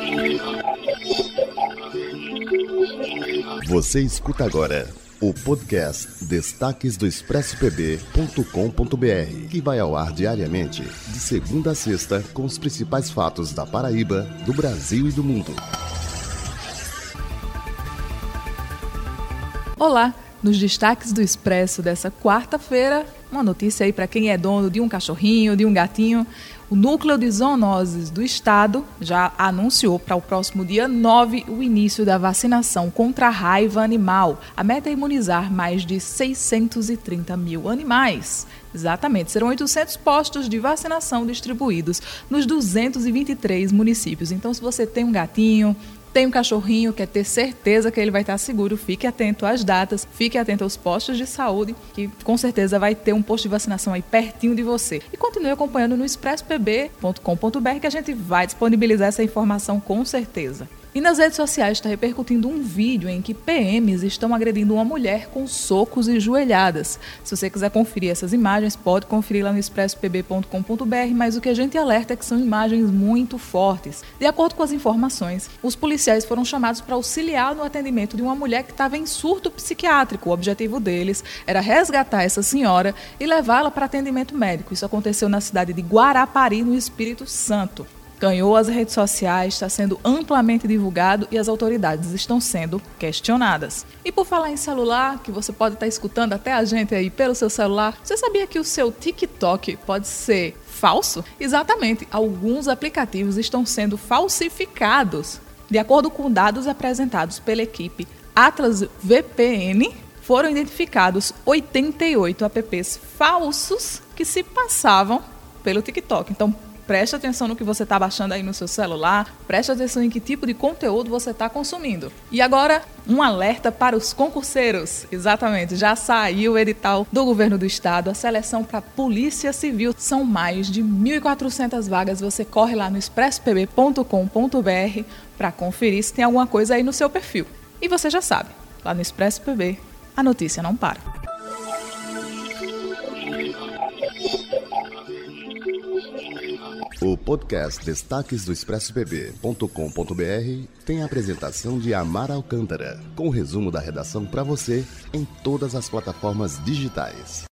Você escuta agora o podcast Destaques do ExpressoPB.com.br, que vai ao ar diariamente, de segunda a sexta, com os principais fatos da Paraíba, do Brasil e do mundo. Olá! Nos destaques do Expresso dessa quarta-feira, uma notícia aí para quem é dono de um cachorrinho, de um gatinho. O Núcleo de Zoonoses do Estado já anunciou para o próximo dia 9 o início da vacinação contra a raiva animal. A meta é imunizar mais de 630 mil animais. Exatamente, serão 800 postos de vacinação distribuídos nos 223 municípios. Então, se você tem um gatinho, tem um cachorrinho, quer ter certeza que ele vai estar seguro, fique atento às datas, fique atento aos postos de saúde, que com certeza vai ter um posto de vacinação aí pertinho de você. E continue acompanhando no expresspb.com.br que a gente vai disponibilizar essa informação com certeza. E nas redes sociais está repercutindo um vídeo em que PMs estão agredindo uma mulher com socos e joelhadas. Se você quiser conferir essas imagens, pode conferir lá no expresspb.com.br, mas o que a gente alerta é que são imagens muito fortes. De acordo com as informações, os policiais foram chamados para auxiliar no atendimento de uma mulher que estava em surto psiquiátrico. O objetivo deles era resgatar essa senhora e levá-la para atendimento médico. Isso aconteceu na cidade de Guarapari, no Espírito Santo. Ganhou as redes sociais, está sendo amplamente divulgado e as autoridades estão sendo questionadas. E por falar em celular, que você pode estar escutando até a gente aí pelo seu celular, você sabia que o seu TikTok pode ser falso? Exatamente, alguns aplicativos estão sendo falsificados. De acordo com dados apresentados pela equipe Atlas VPN, foram identificados 88 apps falsos que se passavam pelo TikTok. Então, preste atenção no que você está baixando aí no seu celular, preste atenção em que tipo de conteúdo você está consumindo. E agora, um alerta para os concurseiros. Exatamente, já saiu o edital do governo do estado, a seleção para a Polícia Civil. São mais de 1.400 vagas, você corre lá no expresspb.com.br para conferir se tem alguma coisa aí no seu perfil. E você já sabe, lá no Expresso PB, a notícia não para. O podcast Destaques do ExpressoPB.com.br tem a apresentação de Amara Alcântara, com o resumo da redação para você em todas as plataformas digitais.